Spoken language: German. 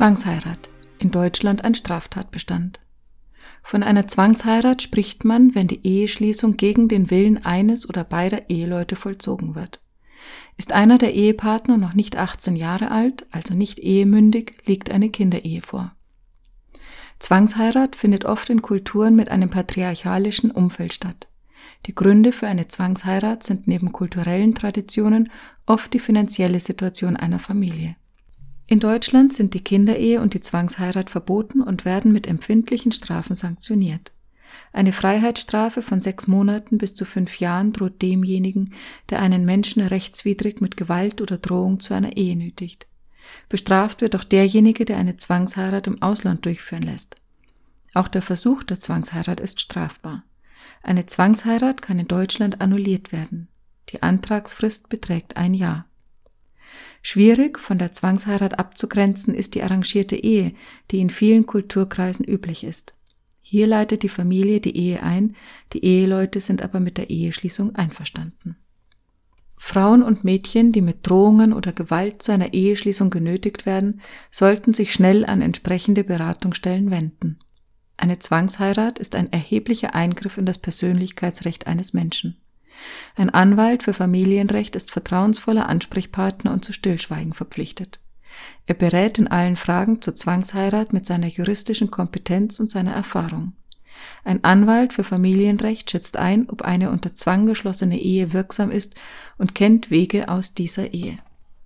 Zwangsheirat, in Deutschland ein Straftatbestand. Von einer Zwangsheirat spricht man, wenn die Eheschließung gegen den Willen eines oder beider Eheleute vollzogen wird. Ist einer der Ehepartner noch nicht 18 Jahre alt, also nicht ehemündig, liegt eine Kinderehe vor. Zwangsheirat findet oft in Kulturen mit einem patriarchalischen Umfeld statt. Die Gründe für eine Zwangsheirat sind neben kulturellen Traditionen oft die finanzielle Situation einer Familie. In Deutschland sind die Kinderehe und die Zwangsheirat verboten und werden mit empfindlichen Strafen sanktioniert. Eine Freiheitsstrafe von 6 Monaten bis zu 5 Jahren droht demjenigen, der einen Menschen rechtswidrig mit Gewalt oder Drohung zu einer Ehe nötigt. Bestraft wird auch derjenige, der eine Zwangsheirat im Ausland durchführen lässt. Auch der Versuch der Zwangsheirat ist strafbar. Eine Zwangsheirat kann in Deutschland annulliert werden. Die Antragsfrist beträgt 1 Jahr. Schwierig von der Zwangsheirat abzugrenzen ist die arrangierte Ehe, die in vielen Kulturkreisen üblich ist. Hier leitet die Familie die Ehe ein, die Eheleute sind aber mit der Eheschließung einverstanden. Frauen und Mädchen, die mit Drohungen oder Gewalt zu einer Eheschließung genötigt werden, sollten sich schnell an entsprechende Beratungsstellen wenden. Eine Zwangsheirat ist ein erheblicher Eingriff in das Persönlichkeitsrecht eines Menschen. Ein Anwalt für Familienrecht ist vertrauensvoller Ansprechpartner und zu Stillschweigen verpflichtet. Er berät in allen Fragen zur Zwangsheirat mit seiner juristischen Kompetenz und seiner Erfahrung. Ein Anwalt für Familienrecht schätzt ein, ob eine unter Zwang geschlossene Ehe wirksam ist und kennt Wege aus dieser Ehe.